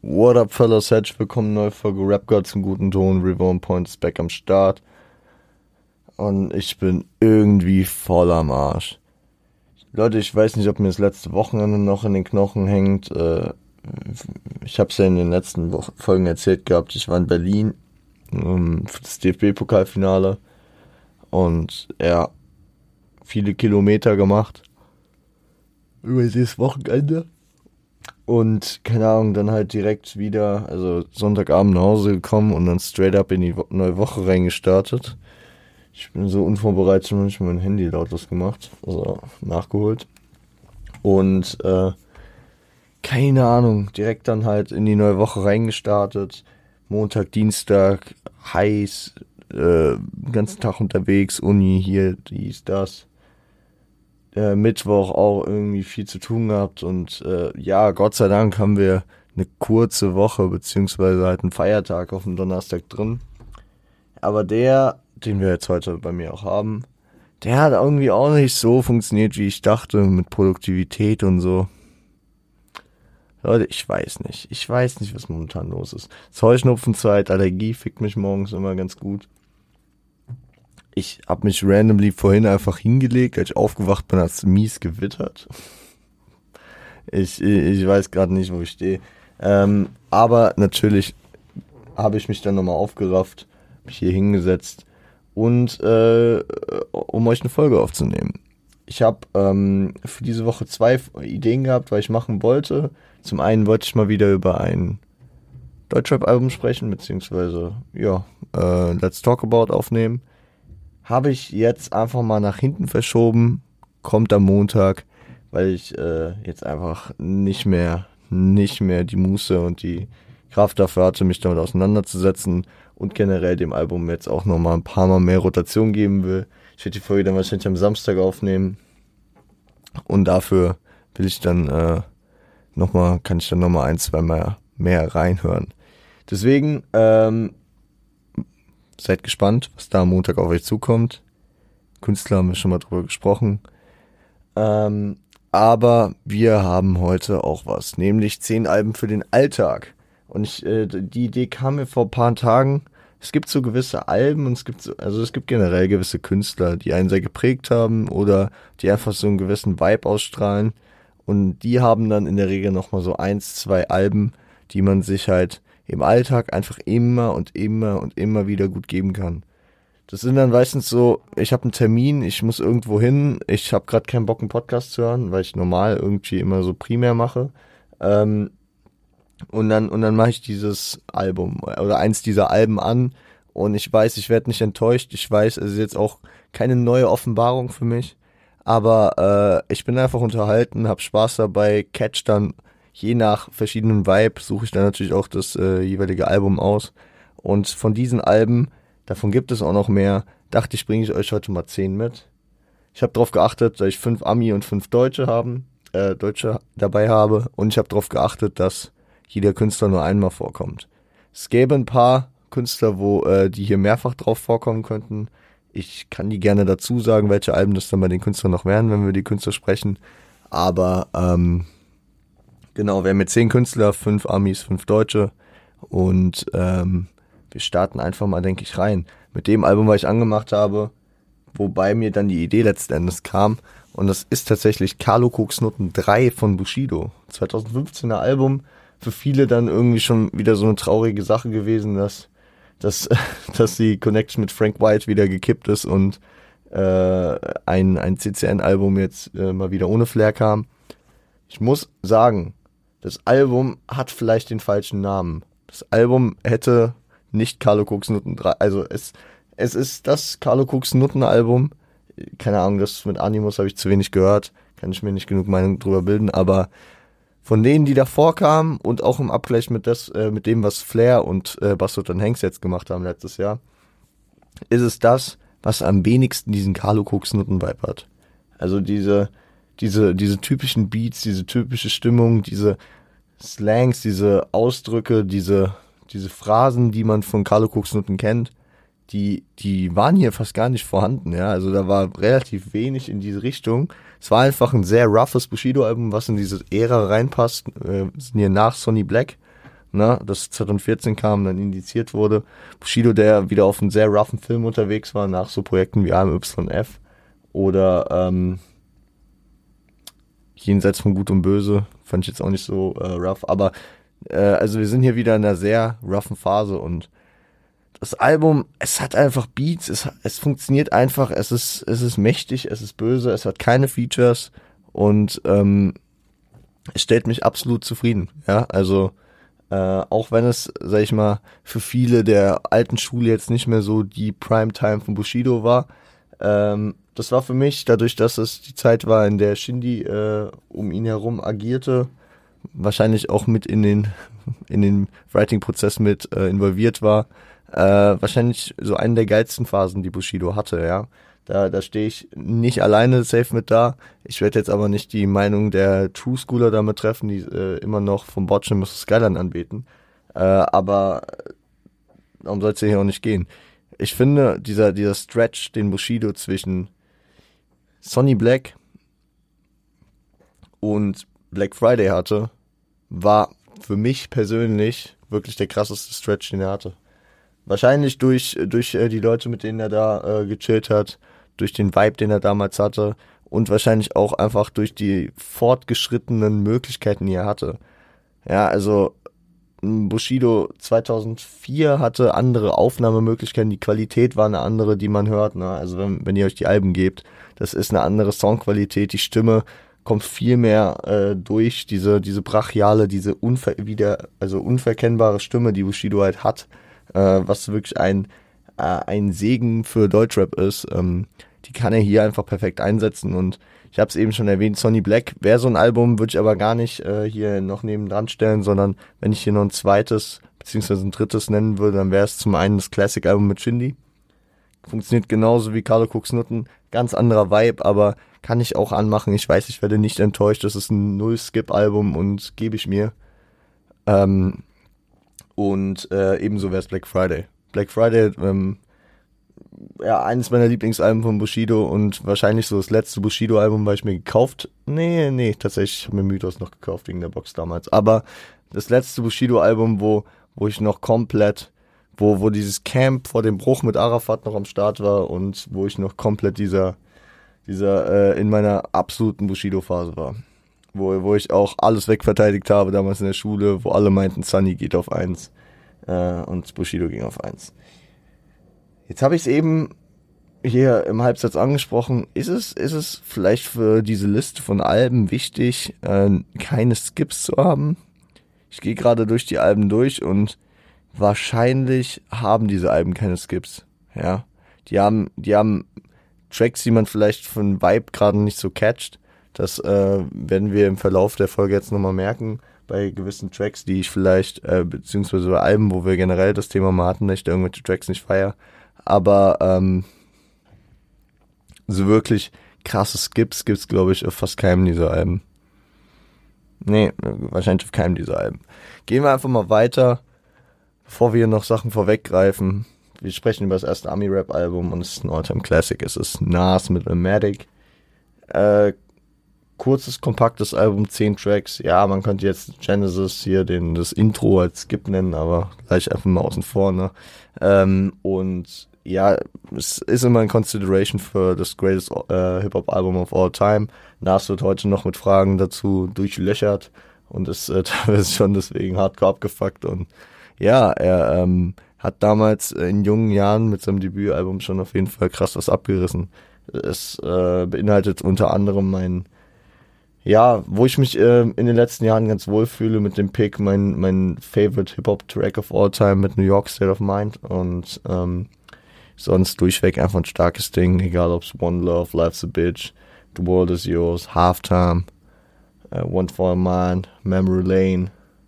What up, fellas? Herzlich willkommen, neue Folge Rap God zum guten Ton. River on Point ist back am Start. Und ich bin irgendwie voll am Arsch. Leute, ich weiß nicht, ob mir das letzte Wochenende noch in den Knochen hängt. Ich habe es ja in den letzten Folgen erzählt gehabt. Ich war in Berlin für das DFB-Pokalfinale. Und ja, viele Kilometer gemacht. Über dieses Wochenende. Und keine Ahnung, dann halt direkt wieder, also Sonntagabend nach Hause gekommen und dann straight up in die neue Woche reingestartet. Ich bin so unvorbereitet, und ich mein Handy lautlos gemacht, also nachgeholt. Und keine Ahnung, direkt dann halt in die neue Woche reingestartet. Montag, Dienstag, heiß, den ganzen Tag unterwegs, Uni hier, dies, das. Mittwoch auch irgendwie viel zu tun gehabt und ja, Gott sei Dank haben wir eine kurze Woche, beziehungsweise halt einen Feiertag auf dem Donnerstag drin. Aber den wir jetzt heute bei mir auch haben, der hat irgendwie auch nicht so funktioniert, wie ich dachte, mit Produktivität und so. Leute, ich weiß nicht, was momentan los ist. Es ist Heuschnupfenzeit, Allergie fickt mich morgens immer ganz gut. Ich habe mich randomly vorhin einfach hingelegt, als ich aufgewacht bin, hat es mies gewittert. Ich weiß gerade nicht, wo ich stehe. Aber natürlich habe ich mich dann nochmal aufgerafft, mich hier hingesetzt und um euch eine Folge aufzunehmen. Ich habe für diese Woche 2 Ideen gehabt, was ich machen wollte. Zum einen wollte ich mal wieder über ein Deutschrap-Album sprechen, beziehungsweise ja, Let's Talk About aufnehmen. Habe ich jetzt einfach mal nach hinten verschoben, kommt am Montag, weil ich jetzt einfach nicht mehr die Muße und die Kraft dafür hatte, mich damit auseinanderzusetzen und generell dem Album jetzt auch nochmal ein paar Mal mehr Rotation geben will. Ich werde die Folge dann wahrscheinlich am Samstag aufnehmen und dafür will ich dann kann ich dann nochmal 1-2 Mal mehr reinhören. Deswegen, seid gespannt, was da am Montag auf euch zukommt. Künstler haben wir schon mal drüber gesprochen. Aber wir haben heute auch was, nämlich 10 Alben für den Alltag. Und die Idee kam mir vor ein paar Tagen. Es gibt so gewisse Alben und es gibt generell gewisse Künstler, die einen sehr geprägt haben oder die einfach so einen gewissen Vibe ausstrahlen. Und die haben dann in der Regel nochmal so 1-2 Alben, die man sich halt im Alltag einfach immer und immer wieder gut geben kann. Das sind dann meistens so, ich habe einen Termin, ich muss irgendwo hin, ich habe gerade keinen Bock, einen Podcast zu hören, weil ich normal irgendwie immer so primär mache. Und dann mache ich dieses Album oder eins dieser Alben an und ich weiß, ich werde nicht enttäuscht. Ich weiß, es ist jetzt auch keine neue Offenbarung für mich, aber ich bin einfach unterhalten, habe Spaß dabei, catch dann je nach verschiedenen Vibe suche ich dann natürlich auch das jeweilige Album aus. Und von diesen Alben, davon gibt es auch noch mehr, dachte ich, bringe ich euch heute mal 10 mit. Ich habe darauf geachtet, dass ich 5 Ami und 5 Deutsche dabei habe. Und ich habe darauf geachtet, dass jeder Künstler nur einmal vorkommt. Es gäbe ein paar Künstler, die hier mehrfach drauf vorkommen könnten. Ich kann die gerne dazu sagen, welche Alben das dann bei den Künstlern noch wären, wenn wir die Künstler sprechen. Aber genau, wir haben jetzt 10 Künstler, 5 Amis, 5 Deutsche und wir starten einfach mal, denke ich, rein. Mit dem Album, was ich angemacht habe, wobei mir dann die Idee letzten Endes kam und das ist tatsächlich Carlo Koksnutten 3 von Bushido. 2015er Album, für viele dann irgendwie schon wieder so eine traurige Sache gewesen, dass die Connection mit Frank White wieder gekippt ist und ein CCN-Album jetzt mal wieder ohne Flair kam. Ich muss sagen, das Album hat vielleicht den falschen Namen. Das Album hätte nicht Carlo Koksnutten 3, also es ist das Carlo Koksnutten Album. Keine Ahnung, das mit Animus habe ich zu wenig gehört, kann ich mir nicht genug Meinung drüber bilden, aber von denen, die davor kamen und auch im Abgleich mit dem, was Flair und Bastard und Hanks jetzt gemacht haben letztes Jahr, ist es das, was am wenigsten diesen Carlo Koksnutten Vibe hat. Also diese typischen Beats, diese typische Stimmung, diese Slangs, diese Ausdrücke, diese Phrasen, die man von Carlo Koksnutten kennt, die waren hier fast gar nicht vorhanden, ja. Also da war relativ wenig in diese Richtung. Es war einfach ein sehr roughes Bushido-Album, was in diese Ära reinpasst. Sind hier nach Sonny Black, ne, das 2014 kam, dann indiziert wurde. Bushido, der wieder auf einem sehr roughen Film unterwegs war, nach so Projekten wie AMYF oder Jenseits von Gut und Böse, fand ich jetzt auch nicht so rough, aber also wir sind hier wieder in einer sehr roughen Phase und das Album, es hat einfach Beats, es funktioniert einfach, es ist mächtig, es ist böse, es hat keine Features und es stellt mich absolut zufrieden, ja, also auch wenn es, sag ich mal, für viele der alten Schule jetzt nicht mehr so die Primetime von Bushido war, das war für mich, dadurch, dass es die Zeit war, in der Shindy um ihn herum agierte, wahrscheinlich auch mit in den Writing-Prozess mit involviert war, wahrscheinlich so eine der geilsten Phasen, die Bushido hatte, ja. Da stehe ich nicht alleine safe mit da. Ich werde jetzt aber nicht die Meinung der True Schooler damit treffen, die immer noch vom Botchan Mr. Skyline anbeten. Aber darum soll es hier auch nicht gehen. Ich finde, dieser Stretch, den Bushido zwischen Sonny Black und Black Friday hatte, war für mich persönlich wirklich der krasseste Stretch, den er hatte. Wahrscheinlich durch die Leute, mit denen er da gechillt hat, durch den Vibe, den er damals hatte und wahrscheinlich auch einfach durch die fortgeschrittenen Möglichkeiten, die er hatte. Ja, also Bushido 2004 hatte andere Aufnahmemöglichkeiten, die Qualität war eine andere, die man hört, ne? Also wenn ihr euch die Alben gebt, das ist eine andere Soundqualität, die Stimme kommt viel mehr durch, diese brachiale, diese unverkennbare Stimme, die Bushido halt hat, was wirklich ein Segen für Deutschrap ist, die kann er hier einfach perfekt einsetzen und ich habe es eben schon erwähnt, Sonny Black wäre so ein Album, würde ich aber gar nicht hier noch nebendran stellen, sondern wenn ich hier noch ein zweites beziehungsweise ein drittes nennen würde, dann wäre es zum einen das Classic-Album mit Shindy. Funktioniert genauso wie Carlo Cooks Nutten, ganz anderer Vibe, aber kann ich auch anmachen. Ich weiß, ich werde nicht enttäuscht, das ist ein Null-Skip-Album und gebe ich mir. Ebenso wäre es Black Friday. Black Friday, ja, eines meiner Lieblingsalben von Bushido und wahrscheinlich so das letzte Bushido-Album, weil ich mir gekauft. Nee, tatsächlich, ich habe mir Mythos noch gekauft wegen der Box damals. Aber das letzte Bushido-Album, wo ich noch komplett, wo dieses Camp vor dem Bruch mit Arafat noch am Start war und wo ich noch komplett dieser in meiner absoluten Bushido-Phase war. Wo ich auch alles wegverteidigt habe damals in der Schule, wo alle meinten, Sunny geht auf 1 und Bushido ging auf 1. Jetzt habe ich es eben hier im Halbsatz angesprochen. Ist es vielleicht für diese Liste von Alben wichtig, keine Skips zu haben? Ich gehe gerade durch die Alben durch und wahrscheinlich haben diese Alben keine Skips. Ja, die haben Tracks, die man vielleicht von Vibe gerade nicht so catcht. Das werden wir im Verlauf der Folge jetzt nochmal merken. Bei gewissen Tracks, die ich vielleicht, beziehungsweise bei Alben, wo wir generell das Thema mal hatten, dass ich da irgendwelche Tracks nicht feiere. Aber so wirklich krasse Skips gibt's, glaube ich, auf fast keinem dieser Alben. Nee, wahrscheinlich auf keinem dieser Alben. Gehen wir einfach mal weiter, bevor wir noch Sachen vorweggreifen. Wir sprechen über das erste Ami-Rap-Album und es ist ein All-Time-Classic. Es ist Nas mit Illmatic. Kurzes, kompaktes Album, 10 Tracks. Ja, man könnte jetzt Genesis hier das Intro als Skip nennen, aber gleich einfach mal außen vor, ne? Und ja, es ist immer in Consideration für das greatest Hip-Hop-Album of all time. Nas wird heute noch mit Fragen dazu durchlöchert und ist teilweise schon deswegen hardcore abgefuckt. Und ja, er hat damals in jungen Jahren mit seinem Debütalbum schon auf jeden Fall krass was abgerissen. Es beinhaltet unter anderem wo ich mich in den letzten Jahren ganz wohl fühle mit dem Pick, mein Favorite Hip-Hop-Track of all time mit New York State of Mind und sonst durchweg einfach ein starkes Ding, egal ob's One Love, Life's a Bitch, The World is Yours, Halftime, One for a Man, Memory Lane,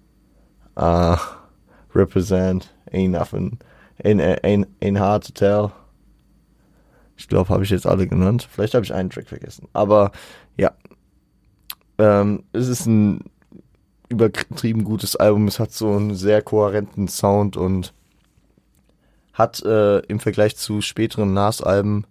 Represent, Ain't Nothing, ain't Hard to Tell. Ich glaube, habe ich jetzt alle genannt. Vielleicht habe ich einen Track vergessen. Aber ja, es ist ein übertrieben gutes Album. Es hat so einen sehr kohärenten Sound und hat im Vergleich zu späteren Nas-Alben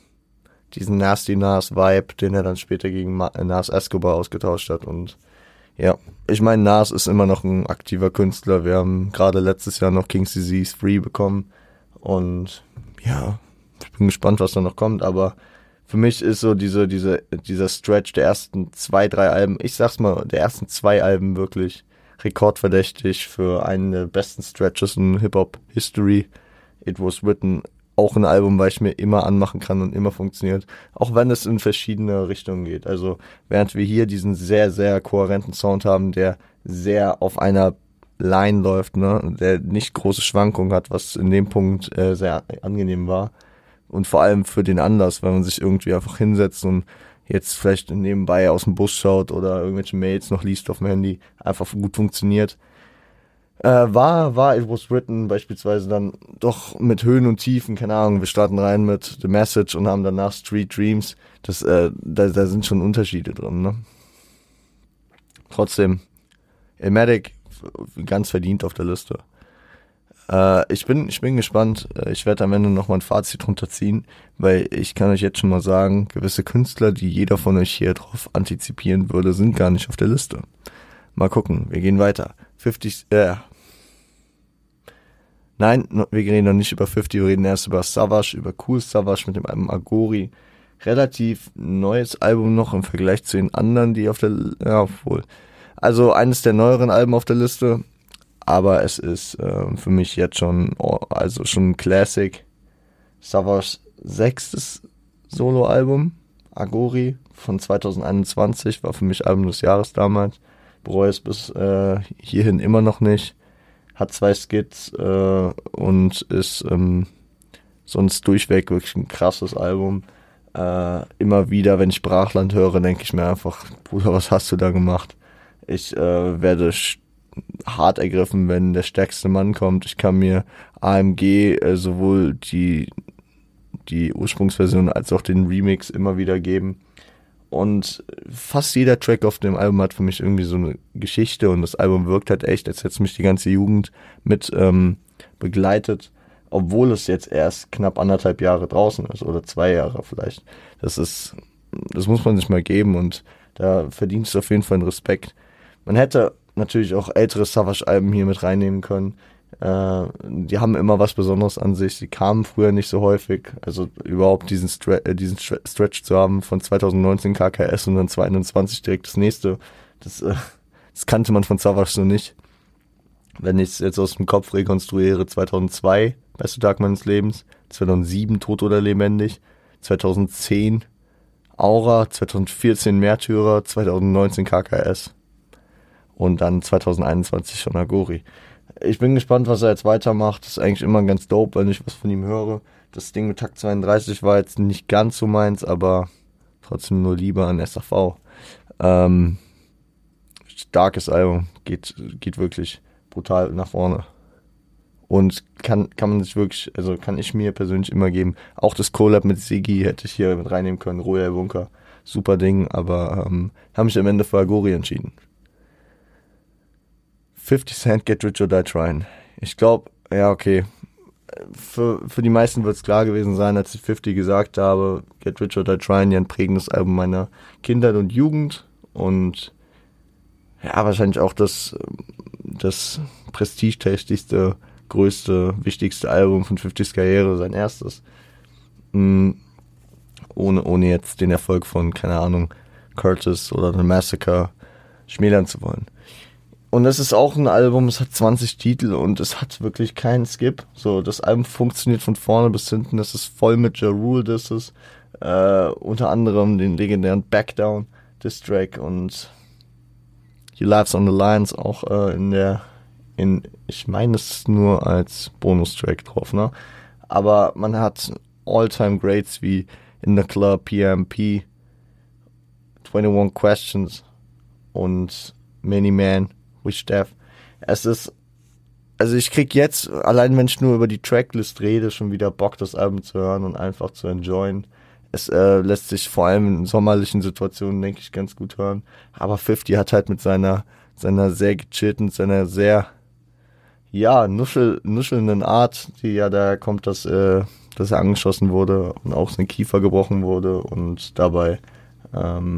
diesen Nasty Nas-Vibe, den er dann später gegen Nas Escobar ausgetauscht hat. Und Ja, ich meine, Nas ist immer noch ein aktiver Künstler. Wir haben gerade letztes Jahr noch King's Disease Free bekommen. Und ja, ich bin gespannt, was da noch kommt. Aber für mich ist so dieser Stretch der ersten 2, 3 Alben, ich sag's mal, der ersten 2 Alben wirklich rekordverdächtig für einen der besten Stretches in Hip-Hop-History. It Was Written, auch ein Album, weil ich mir immer anmachen kann und immer funktioniert. Auch wenn es in verschiedene Richtungen geht. Also während wir hier diesen sehr, sehr kohärenten Sound haben, der sehr auf einer Line läuft, ne, der nicht große Schwankungen hat, was in dem Punkt sehr angenehm war. Und vor allem für den Anlass, wenn man sich irgendwie einfach hinsetzt und jetzt vielleicht nebenbei aus dem Bus schaut oder irgendwelche Mails noch liest auf dem Handy, einfach gut funktioniert. War It Was Written beispielsweise dann doch mit Höhen und Tiefen, keine Ahnung, wir starten rein mit The Message und haben danach Street Dreams, da sind schon Unterschiede drin, ne? Trotzdem, Illmatic ganz verdient auf der Liste. Ich bin gespannt, ich werde am Ende nochmal ein Fazit runterziehen, weil ich kann euch jetzt schon mal sagen, gewisse Künstler, die jeder von euch hier drauf antizipieren würde, sind gar nicht auf der Liste. Mal gucken, wir gehen weiter. 50, Nein, wir reden noch nicht über 50, wir reden erst über Savage, über Cool Savage mit dem Album Agori. Relativ neues Album noch im Vergleich zu den anderen, die auf der, ja, wohl. Also eines der neueren Alben auf der Liste, aber es ist für mich jetzt schon, also schon ein Classic. Savage 6. Soloalbum, Agori von 2021, war für mich Album des Jahres damals. Bereue es bis hierhin immer noch nicht. Hat 2 Skits und ist sonst durchweg wirklich ein krasses Album. Immer wieder, wenn ich Brachland höre, denke ich mir einfach, Bruder, was hast du da gemacht? Ich werde hart ergriffen, wenn der stärkste Mann kommt. Ich kann mir AMG sowohl die Ursprungsversion als auch den Remix immer wieder geben. Und fast jeder Track auf dem Album hat für mich irgendwie so eine Geschichte und das Album wirkt halt echt, als hätte es mich die ganze Jugend mit begleitet, obwohl es jetzt erst knapp 1,5 Jahre draußen ist oder 2 Jahre vielleicht. Das muss man sich mal geben und da verdient es auf jeden Fall einen Respekt. Man hätte natürlich auch ältere Savage-Alben hier mit reinnehmen können. Die haben immer was Besonderes an sich. Sie kamen früher nicht so häufig. Also überhaupt diesen Stretch zu haben von 2019 KKS und dann 2021 direkt das nächste. Das kannte man von Savage so nicht. Wenn ich es jetzt aus dem Kopf rekonstruiere, 2002, beste Tag meines Lebens, 2007, Tot oder lebendig, 2010, Aura, 2014, Märtyrer, 2019, KKS und dann 2021 schon Agori. Ich bin gespannt, was er jetzt weitermacht. Das ist eigentlich immer ganz dope, wenn ich was von ihm höre. Das Ding mit Takt 32 war jetzt nicht ganz so meins, aber trotzdem nur lieber an SAV. Starkes Album, geht wirklich brutal nach vorne. Und kann man sich wirklich, also kann ich mir persönlich immer geben. Auch das Collab mit Siggi hätte ich hier mit reinnehmen können. Royal Bunker, super Ding, aber habe mich am Ende für Agori entschieden. 50 Cent, Get Rich or Die Tryin'. Ich glaube, ja, okay. Für die meisten wird es klar gewesen sein, als ich 50 gesagt habe, Get Rich or Die Tryin', ja ein prägendes Album meiner Kindheit und Jugend. Und ja, wahrscheinlich auch das prestigeträchtigste, größte, wichtigste Album von 50's Karriere, sein erstes. Ohne jetzt den Erfolg von, keine Ahnung, Curtis oder The Massacre schmälern zu wollen. Und es ist auch ein Album, es hat 20 Titel und es hat wirklich keinen Skip. So, das Album funktioniert von vorne bis hinten, es ist voll mit Ja Rule Disses, unter anderem den legendären Back Down Diss Track und Your Life's on the Lines auch ich meine, es ist nur als Bonustrack drauf, ne? Aber man hat All-Time Greats wie In the Club, PMP, 21 Questions und Many Man, Wish Death. Also ich krieg jetzt, allein wenn ich nur über die Tracklist rede, schon wieder Bock, das Album zu hören und einfach zu enjoyen. Es lässt sich vor allem in sommerlichen Situationen, denke ich, ganz gut hören. Aber 50 hat halt mit seiner sehr gechillten, seiner sehr, ja, nuschelnden Art, die ja daher kommt, dass er angeschossen wurde und auch sein Kiefer gebrochen wurde und dabei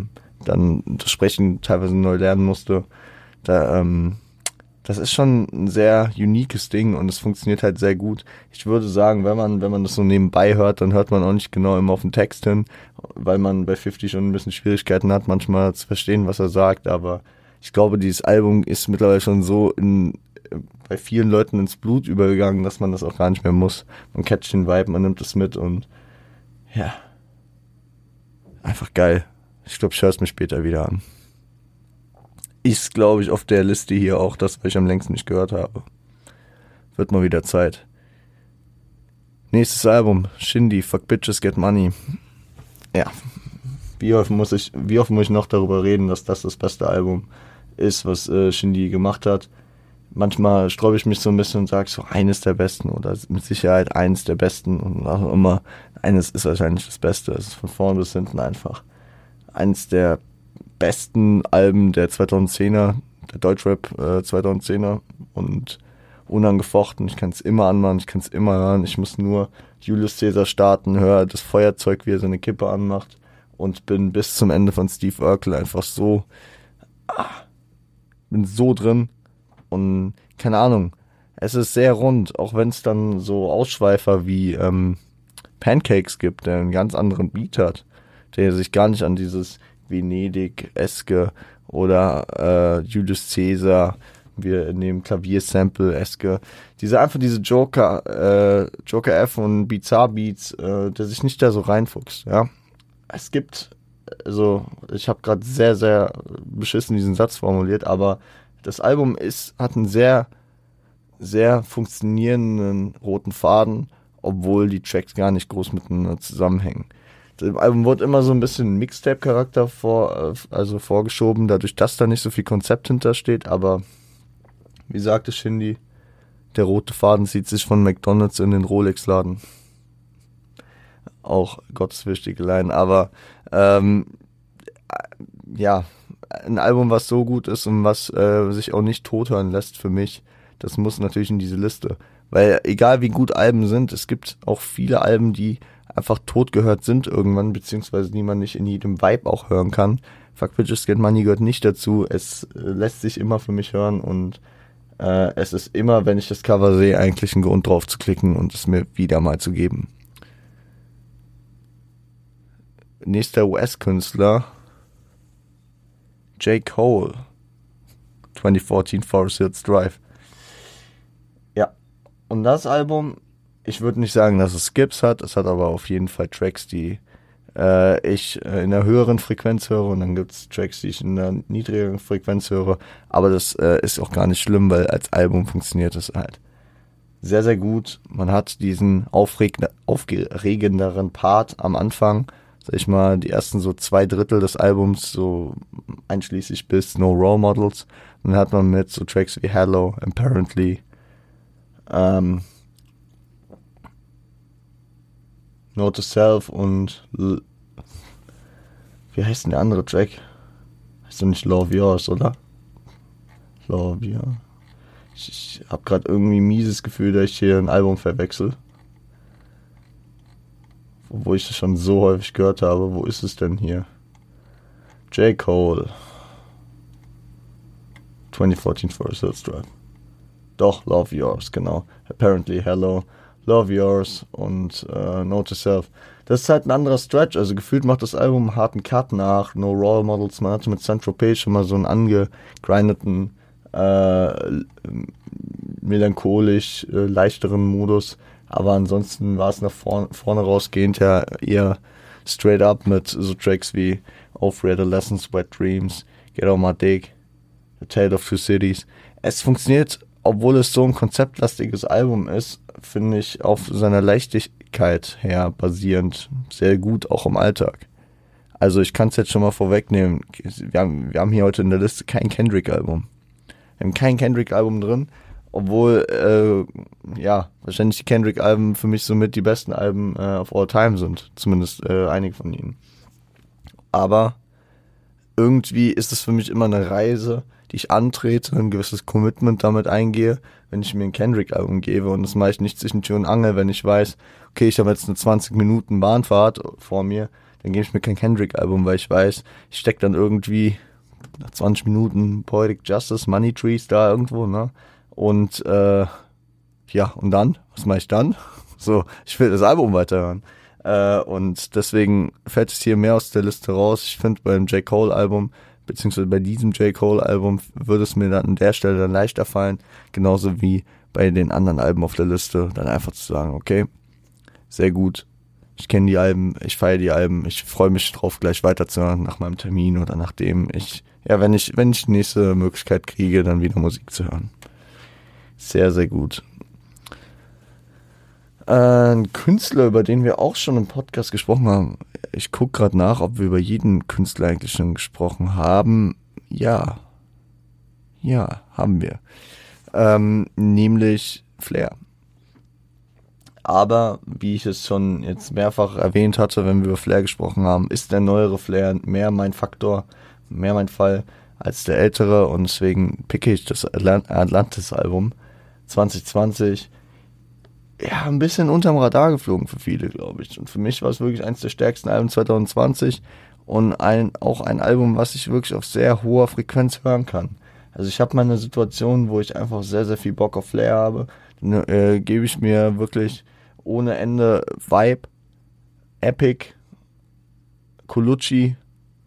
dann das Sprechen teilweise neu lernen musste. Das ist schon ein sehr uniques Ding und es funktioniert halt sehr gut. Ich würde sagen, wenn man das so nebenbei hört, dann hört man auch nicht genau immer auf den Text hin, weil man bei 50 schon ein bisschen Schwierigkeiten hat, manchmal zu verstehen, was er sagt, aber ich glaube, dieses Album ist mittlerweile schon so bei vielen Leuten ins Blut übergegangen, dass man das auch gar nicht mehr muss. Man catcht den Vibe, man nimmt es mit und ja, einfach geil. Ich glaube, ich höre es mir später wieder an. Ist, glaube ich, auf der Liste hier auch das, was ich am längsten nicht gehört habe. Wird mal wieder Zeit. Nächstes Album, Shindy, Fuck Bitches, Get Money. Ja, wie oft muss ich noch darüber reden, dass das beste Album ist, was Shindy gemacht hat. Manchmal sträube ich mich so ein bisschen und sage so, eines der besten oder mit Sicherheit eines der besten und auch immer, eines ist wahrscheinlich das Beste. Es ist von vorn bis hinten einfach eines der besten Alben der 2010er, der Deutschrap 2010er und unangefochten. Ich kann es immer anmachen, ich kann es immer hören. Ich muss nur Julius Caesar starten, höre das Feuerzeug, wie er seine Kippe anmacht und bin bis zum Ende von Steve Urkel einfach so, bin so drin und keine Ahnung, es ist sehr rund, auch wenn es dann so Ausschweifer wie Pancakes gibt, der einen ganz anderen Beat hat, der sich gar nicht an dieses Venedig-eske oder Julius Caesar, wir in dem Klaviersample-eske, diese Joker F und Bizarre Beats, der sich nicht da so reinfuchst, ja. Es gibt, also ich habe gerade sehr, sehr beschissen diesen Satz formuliert, aber das Album hat einen sehr, sehr funktionierenden roten Faden, obwohl die Tracks gar nicht groß miteinander zusammenhängen. Dem Album wurde immer so ein bisschen Mixtape-Charakter vorgeschoben, dadurch, dass da nicht so viel Konzept hintersteht, aber wie sagte Shindy, der rote Faden zieht sich von McDonald's in den Rolex-Laden. Auch gotteswichtige Line, aber ja, ein Album, was so gut ist und was sich auch nicht tothören lässt für mich, das muss natürlich in diese Liste. Weil egal wie gut Alben sind, es gibt auch viele Alben, die einfach tot gehört sind irgendwann, beziehungsweise die man nicht in jedem Vibe auch hören kann. Fuck Bitches Get Money gehört nicht dazu. Es lässt sich immer für mich hören und es ist immer, wenn ich das Cover sehe, eigentlich ein Grund drauf zu klicken und es mir wieder mal zu geben. Nächster US-Künstler, J. Cole, 2014 Forest Hills Drive. Ja, und das Album, ich würde nicht sagen, dass es Skips hat, es hat aber auf jeden Fall Tracks, die ich in einer höheren Frequenz höre und dann gibt's Tracks, die ich in einer niedrigeren Frequenz höre, aber das ist auch gar nicht schlimm, weil als Album funktioniert es halt sehr, sehr gut. Man hat diesen aufregenderen Part am Anfang, sag ich mal, die ersten so 2/3 des Albums, so einschließlich bis No Role Models. Und dann hat man mit so Tracks wie Hello, Apparently, Note to Self und wie heißt denn der andere Track? Heißt doch nicht Love Yours, oder? Love Yours. Ich hab grad irgendwie ein mieses Gefühl, dass ich hier ein Album verwechsel. Obwohl ich das schon so häufig gehört habe. Wo ist es denn hier? J. Cole. 2014 Forest Hills Drive. Doch, Love Yours, genau. Apparently Hello, Love Yours und Note to Self. Das ist halt ein anderer Stretch, also gefühlt macht das Album einen harten Cut nach No Role Models. Man hatte mit Saint-Tropez schon mal so einen angegrindeten, melancholisch, leichteren Modus, aber ansonsten war es nach vorne rausgehend ja eher straight up mit so Tracks wie Auf Adolescence, Wet Dreams, Get On My Dick, A Tale of Two Cities. Es funktioniert, obwohl es so ein konzeptlastiges Album ist, finde ich auf seiner Leichtigkeit her basierend sehr gut, auch im Alltag. Also ich kann es jetzt schon mal vorwegnehmen, wir haben hier heute in der Liste kein Kendrick-Album. Wir haben kein Kendrick-Album drin, obwohl, wahrscheinlich die Kendrick-Alben für mich somit die besten Alben of all time sind. Zumindest einige von ihnen. Aber irgendwie ist es für mich immer eine Reise, die ich antrete, ein gewisses Commitment damit eingehe, wenn ich mir ein Kendrick-Album gebe. Und das mache ich nicht zwischen Tür und Angel, wenn ich weiß, okay, ich habe jetzt eine 20 Minuten Bahnfahrt vor mir, dann gebe ich mir kein Kendrick-Album, weil ich weiß, ich stecke dann irgendwie nach 20 Minuten Poetic Justice, Money Trees da irgendwo, ne? Und ja, und dann? Was mache ich dann? So, ich will das Album weiterhören. Und deswegen fällt es hier mehr aus der Liste raus. Ich finde, beim J. Cole-Album, beziehungsweise bei diesem J. Cole-Album, würde es mir dann an der Stelle dann leichter fallen, genauso wie bei den anderen Alben auf der Liste, dann einfach zu sagen, okay, sehr gut, ich kenne die Alben, ich feiere die Alben, ich freue mich drauf, gleich weiterzuhören nach meinem Termin oder nachdem ich, ja, wenn ich die nächste Möglichkeit kriege, dann wieder Musik zu hören. Sehr, sehr gut. Ein Künstler, über den wir auch schon im Podcast gesprochen haben. Ich gucke gerade nach, ob wir über jeden Künstler eigentlich schon gesprochen haben. Ja, haben wir. Nämlich Flair. Aber, wie ich es schon jetzt mehrfach erwähnt hatte, wenn wir über Flair gesprochen haben, ist der neuere Flair mehr mein Faktor, mehr mein Fall als der ältere. Und deswegen picke ich das Atlantis-Album 2020. Ja, ein bisschen unterm Radar geflogen für viele, glaube ich. Und für mich war es wirklich eins der stärksten Alben 2020 und auch ein Album, was ich wirklich auf sehr hoher Frequenz hören kann. Also ich habe meine Situation, wo ich einfach sehr, sehr viel Bock auf Flair habe. Dann gebe ich mir wirklich ohne Ende Vibe, Epic, Colucci,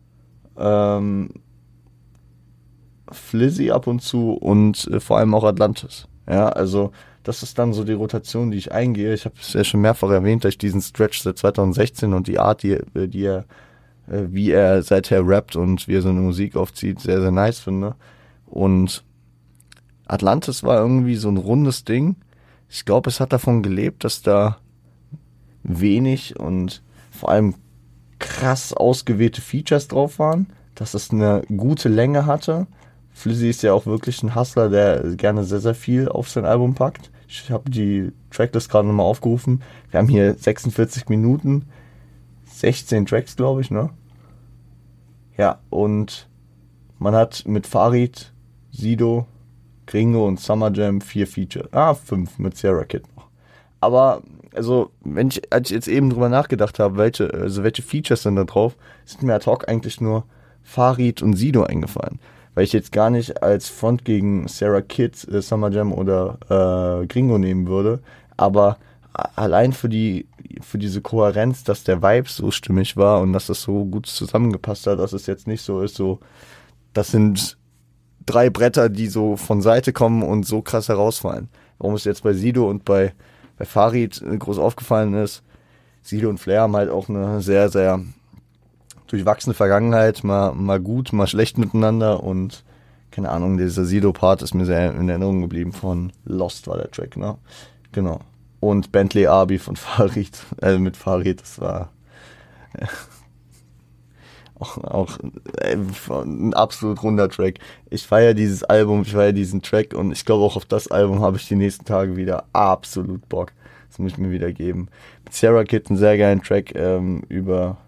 Flizzy ab und zu und vor allem auch Atlantis. Ja, also das ist dann so die Rotation, die ich eingehe. Ich habe es ja schon mehrfach erwähnt, dass ich diesen Stretch seit 2016 und die Art, wie er seither rappt und wie er seine Musik aufzieht, sehr, sehr nice finde. Und Atlantis war irgendwie so ein rundes Ding. Ich glaube, es hat davon gelebt, dass da wenig und vor allem krass ausgewählte Features drauf waren, dass es eine gute Länge hatte. Flizzy ist ja auch wirklich ein Hustler, der gerne sehr, sehr viel auf sein Album packt. Ich habe die Tracklist gerade nochmal aufgerufen. Wir haben hier 46 Minuten, 16 Tracks, glaube ich, ne? Ja, und man hat mit Farid, Sido, Gringo und Summer Jam 4 Feature. 5 mit Sierra Kid noch. Aber, also, als ich jetzt eben drüber nachgedacht habe, welche Features sind da drauf, sind mir ad hoc eigentlich nur Farid und Sido eingefallen. Weil ich jetzt gar nicht als Front gegen Sarah Kid, Summer Jam oder Gringo nehmen würde, aber allein für diese Kohärenz, dass der Vibe so stimmig war und dass das so gut zusammengepasst hat, dass es jetzt nicht so ist, so, das sind 3 Bretter, die so von Seite kommen und so krass herausfallen. Warum es jetzt bei Sido und bei Farid groß aufgefallen ist, Sido und Flair haben halt auch eine sehr, sehr durchwachsene Vergangenheit, mal gut, mal schlecht miteinander und keine Ahnung, dieser Sido-Part ist mir sehr in Erinnerung geblieben von Lost war der Track, ne? Genau. Und Bentley Arby von Farid, mit Farid, das war auch ein absolut runder Track. Ich feiere dieses Album, ich feiere diesen Track und ich glaube auch auf das Album habe ich die nächsten Tage wieder absolut Bock. Das muss ich mir wieder geben. Mit Sierra Kid einen sehr geilen Track über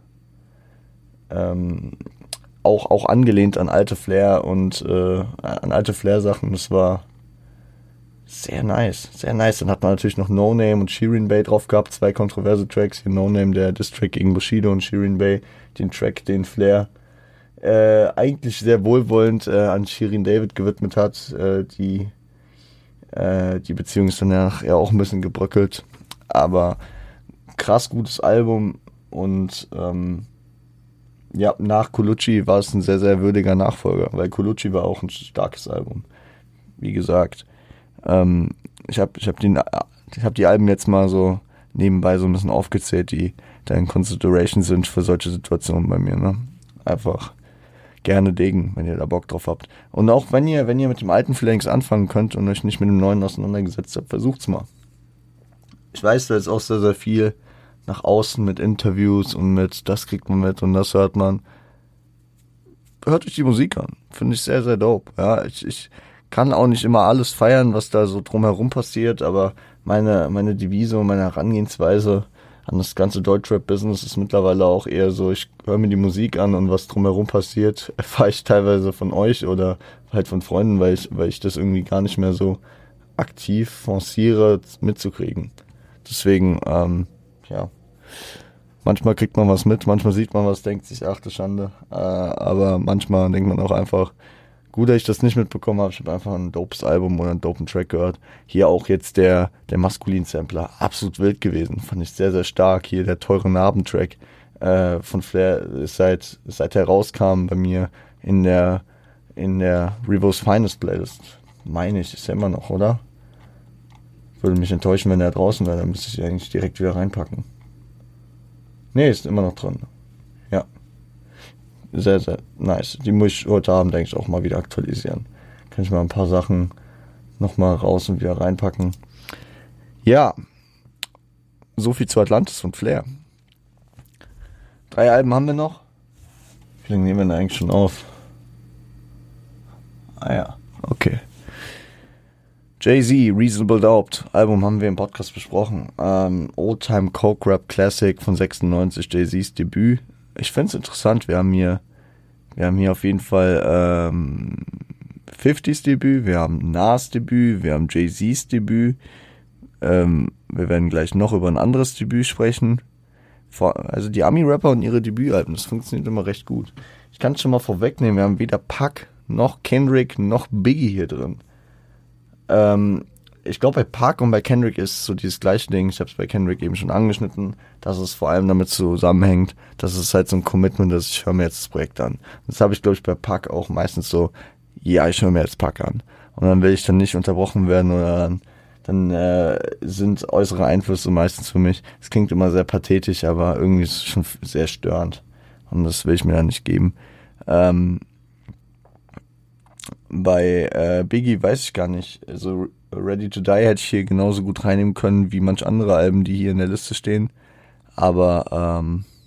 auch angelehnt an alte Flair und an alte Flair-Sachen. Das war sehr nice, sehr nice. Dann hat man natürlich noch No Name und Shirin Bey drauf gehabt, 2 kontroverse Tracks. Hier No Name, der Diss-Track gegen Bushido und Shirin Bey, den Track, den Flair eigentlich sehr wohlwollend an Shirin David gewidmet hat. Die Beziehung ist danach ja auch ein bisschen gebröckelt, aber krass gutes Album und ja, nach Colucci war es ein sehr, sehr würdiger Nachfolger, weil Colucci war auch ein starkes Album. Wie gesagt, ich hab die Alben jetzt mal so nebenbei so ein bisschen aufgezählt, die da in Consideration sind für solche Situationen bei mir, ne? Einfach gerne degen, wenn ihr da Bock drauf habt. Und auch wenn ihr mit dem alten Flanks anfangen könnt und euch nicht mit dem neuen auseinandergesetzt habt, versucht's mal. Ich weiß, da ist auch sehr, sehr viel nach außen mit Interviews und mit das kriegt man mit und das hört man. Hört euch die Musik an. Finde ich sehr, sehr dope. Ja, ich kann auch nicht immer alles feiern, was da so drumherum passiert, aber meine Devise und meine Herangehensweise an das ganze Deutschrap-Business ist mittlerweile auch eher so, ich höre mir die Musik an und was drumherum passiert, erfahre ich teilweise von euch oder halt von Freunden, weil ich das irgendwie gar nicht mehr so aktiv forciere mitzukriegen. Deswegen, ja, Manchmal kriegt man was mit, manchmal sieht man was, denkt sich, ach du Schande. Aber manchmal denkt man auch einfach, gut, dass ich das nicht mitbekommen habe. Ich habe einfach ein dopes Album oder einen dopen Track gehört. Hier auch jetzt der Maskulin-Sampler, absolut wild gewesen. Fand ich sehr, sehr stark. Hier der teure Narbentrack von Flair ist seit er rauskam bei mir in der Revo's Finest Playlist. Meine ich, ist ja immer noch, oder? Würde mich enttäuschen, wenn er draußen wäre. Dann müsste ich eigentlich direkt wieder reinpacken. Nee, ist immer noch drin. Ja. Sehr, sehr nice. Die muss ich heute Abend, denke ich, auch mal wieder aktualisieren. Kann ich mal ein paar Sachen nochmal raus und wieder reinpacken. Ja. So viel zu Atlantis und Flair. 3 Alben haben wir noch. Wie lange nehmen wir denn eigentlich schon auf? Ah ja, okay. Jay-Z, Reasonable Doubt. Album haben wir im Podcast besprochen. Old Time Coke Rap Classic von 96, Jay-Z's Debüt. Ich finde es interessant. Wir haben hier auf jeden Fall 50s Debüt, wir haben Nas Debüt, wir haben Jay-Z's Debüt. Wir werden gleich noch über ein anderes Debüt sprechen. Also die Ami-Rapper und ihre Debütalben, das funktioniert immer recht gut. Ich kann es schon mal vorwegnehmen, wir haben weder Pac noch Kendrick noch Biggie hier drin. Ich glaube, bei Pac und bei Kendrick ist so dieses gleiche Ding. Ich habe es bei Kendrick eben schon angeschnitten, dass es vor allem damit zusammenhängt, dass es halt so ein Commitment ist, ich höre mir jetzt das Projekt an. Das habe ich, glaube ich, bei Pac auch meistens so, ja, ich höre mir jetzt Pac an. Und dann will ich dann nicht unterbrochen werden oder dann sind äußere Einflüsse meistens für mich, es klingt immer sehr pathetisch, aber irgendwie ist es schon sehr störend. Und das will ich mir dann nicht geben. Bei Biggie weiß ich gar nicht. Also Ready to Die hätte ich hier genauso gut reinnehmen können wie manch andere Alben, die hier in der Liste stehen. Aber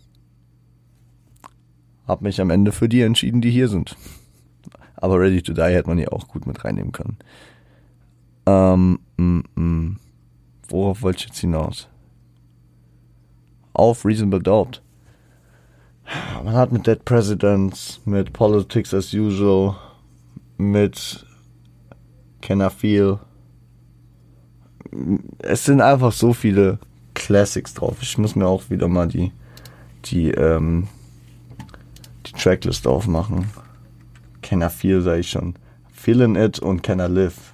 habe mich am Ende für die entschieden, die hier sind. Aber Ready to Die hätte man hier auch gut mit reinnehmen können. Worauf wollte ich jetzt hinaus? Auf Reasonable Doubt. Man hat mit Dead Presidents, mit Politics as Usual, mit Can I Feel. Es sind einfach so viele Classics drauf. Ich muss mir auch wieder mal die Tracklist aufmachen. Can I Feel, sag ich schon. Feelin' It und Can I Live.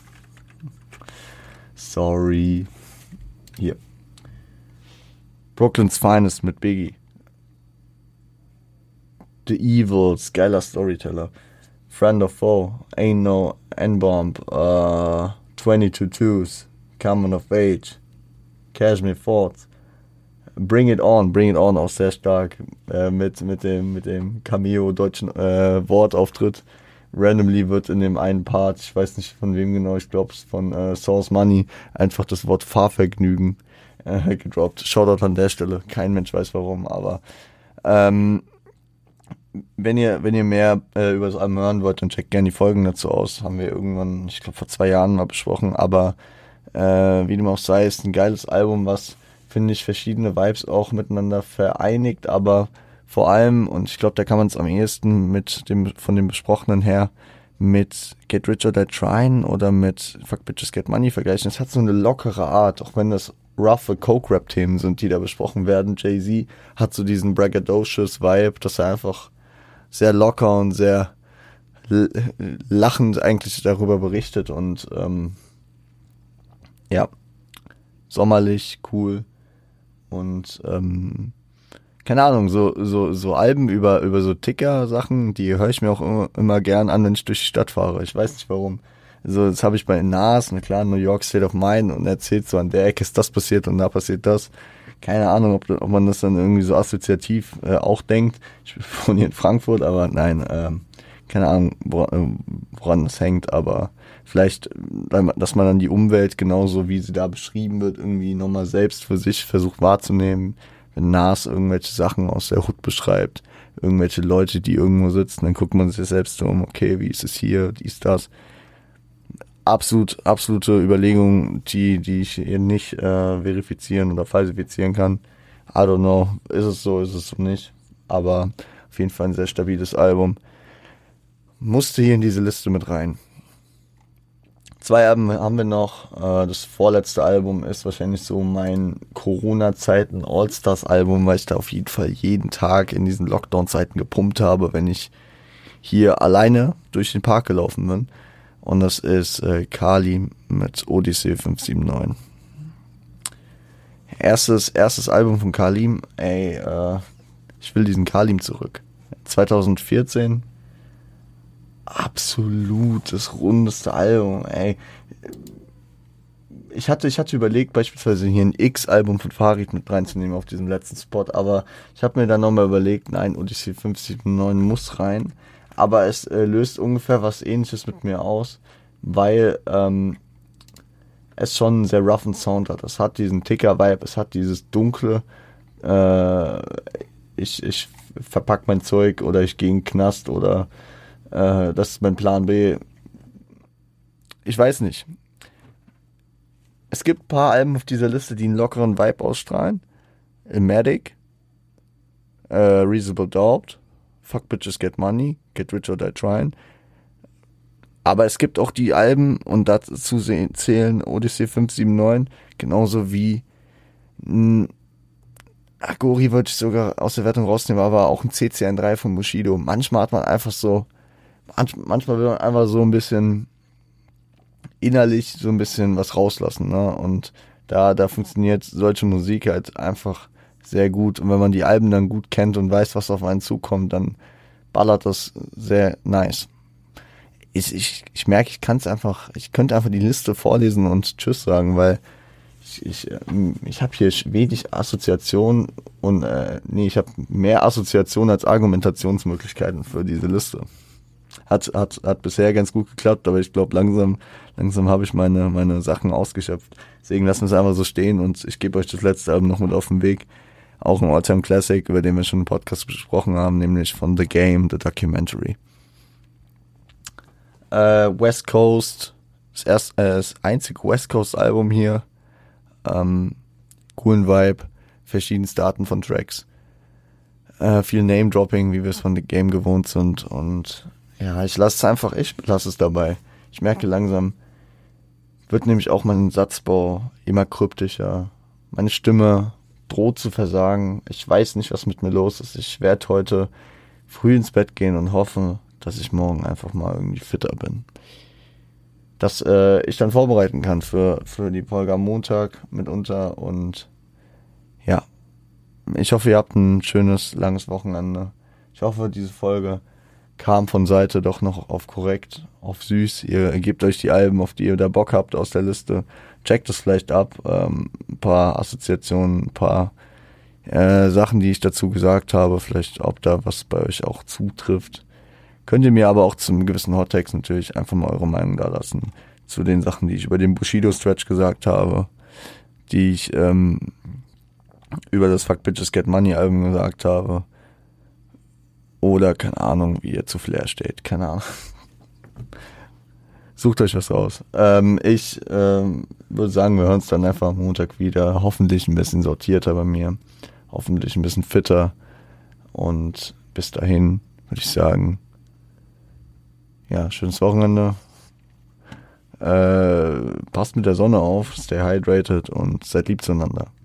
Sorry. Hier. Brooklyn's Finest mit Biggie. The Evils, geiler Storyteller. Friend of Foe, Ain't No N-Bomb, 22 Twos, Coming of Age, Cashmere Fort, Bring It On auch sehr stark, mit dem Cameo deutschen Wortauftritt. Randomly wird in dem einen Part, ich weiß nicht von wem genau, ich glaube es von Source Money, einfach das Wort Fahrvergnügen gedroppt. Shoutout an der Stelle, kein Mensch weiß warum, aber wenn ihr mehr über das Album hören wollt, dann checkt gerne die Folgen dazu aus. Haben wir irgendwann, ich glaube vor 2 Jahren mal besprochen, aber wie dem auch sei, ist ein geiles Album, was, finde ich, verschiedene Vibes auch miteinander vereinigt, aber vor allem, und ich glaube, da kann man es am ehesten von dem Besprochenen her mit Get Rich or Die Tryin' oder mit Fuck Bitches Get Money vergleichen. Es hat so eine lockere Art, auch wenn das roughe Coke-Rap-Themen sind, die da besprochen werden. Jay-Z hat so diesen braggadocious Vibe, dass er einfach sehr locker und sehr lachend eigentlich darüber berichtet und ja, sommerlich, cool und keine Ahnung, so Alben über so Ticker-Sachen, die höre ich mir auch immer gern an, wenn ich durch die Stadt fahre. Ich weiß nicht warum. Also das habe ich bei Nas, na klar, New York State of Mind und erzählt so, an der Ecke ist das passiert und da passiert das. Keine Ahnung, ob man das dann irgendwie so assoziativ auch denkt. Ich wohne hier in Frankfurt, aber nein, keine Ahnung, woran das hängt, aber vielleicht, dass man dann die Umwelt genauso, wie sie da beschrieben wird, irgendwie nochmal selbst für sich versucht wahrzunehmen. Wenn Nas irgendwelche Sachen aus der Hood beschreibt, irgendwelche Leute, die irgendwo sitzen, dann guckt man sich selbst so um, okay, wie ist es hier, dies, das. Absolute Überlegung, die ich hier nicht verifizieren oder falsifizieren kann. I don't know, ist es so nicht. Aber auf jeden Fall ein sehr stabiles Album. Musste hier in diese Liste mit rein. 2 Alben haben wir noch. Das vorletzte Album ist wahrscheinlich so mein Corona-Zeiten All-Stars-Album, weil ich da auf jeden Fall jeden Tag in diesen Lockdown-Zeiten gepumpt habe, wenn ich hier alleine durch den Park gelaufen bin. Und das ist Kali mit Odyssey 579. Erstes Album von Kalim, ich will diesen Kalim zurück. 2014, absolutes rundeste Album, ey. Ich hatte überlegt, beispielsweise hier ein X-Album von Farid mit reinzunehmen auf diesem letzten Spot, aber ich habe mir dann nochmal überlegt, nein, Odyssey 579 muss rein. Aber es löst ungefähr was Ähnliches mit mir aus, weil es schon einen sehr roughen Sound hat. Es hat diesen Ticker-Vibe, es hat dieses dunkle, ich verpack mein Zeug oder ich gehe in den Knast oder das ist mein Plan B. Ich weiß nicht. Es gibt ein paar Alben auf dieser Liste, die einen lockeren Vibe ausstrahlen. Illmatic, Reasonable Doubt, Fuck Bitches Get Money, Get Rich or Die Tryin'. Aber es gibt auch die Alben, und dazu zählen Odyssey 579, genauso wie Agori wollte ich sogar aus der Wertung rausnehmen, aber auch ein CCN3 von Bushido. Manchmal hat man einfach so, manchmal will man einfach so ein bisschen innerlich so ein bisschen was rauslassen, ne? Und da funktioniert solche Musik halt einfach sehr gut. Und wenn man die Alben dann gut kennt und weiß, was auf einen zukommt, dann ballert das sehr nice. Ich merke, ich könnte einfach die Liste vorlesen und Tschüss sagen, weil ich habe hier wenig Assoziation und ich habe mehr Assoziation als Argumentationsmöglichkeiten für diese Liste. Hat bisher ganz gut geklappt, aber ich glaube langsam habe ich meine Sachen ausgeschöpft. Deswegen lassen wir es einfach so stehen und ich gebe euch das letzte Album noch mit auf den Weg. Auch ein All-Time Classic, über den wir schon im Podcast besprochen haben, nämlich von The Game, The Documentary. West Coast, das einzige West Coast Album hier. Coolen Vibe, verschiedenste Arten von Tracks. Viel Name-Dropping, wie wir es von The Game gewohnt sind. Und ja, ich lasse es dabei. Ich merke langsam, wird nämlich auch mein Satzbau immer kryptischer. Meine Stimme droht zu versagen. Ich weiß nicht, was mit mir los ist. Ich werde heute früh ins Bett gehen und hoffe, dass ich morgen einfach mal irgendwie fitter bin. Dass ich dann vorbereiten kann für die Folge am Montag mitunter. Und ja, ich hoffe, ihr habt ein schönes, langes Wochenende. Ich hoffe, diese Folge kam von Seite doch noch auf korrekt, auf süß. Ihr gebt euch die Alben, auf die ihr da Bock habt aus der Liste. Checkt es vielleicht ab. Ein paar Assoziationen, ein paar Sachen, die ich dazu gesagt habe. Vielleicht, ob da was bei euch auch zutrifft. Könnt ihr mir aber auch zum gewissen Hottext natürlich einfach mal eure Meinung da lassen. Zu den Sachen, die ich über den Bushido-Stretch gesagt habe. Die ich über das Fuck Bitches Get Money Album gesagt habe. Oder, keine Ahnung, wie ihr zu Flair steht. Keine Ahnung. Sucht euch was raus. Ich würde sagen, wir hören uns dann einfach am Montag wieder. Hoffentlich ein bisschen sortierter bei mir. Hoffentlich ein bisschen fitter. Und bis dahin würde ich sagen, ja, schönes Wochenende. Passt mit der Sonne auf, stay hydrated und seid lieb zueinander.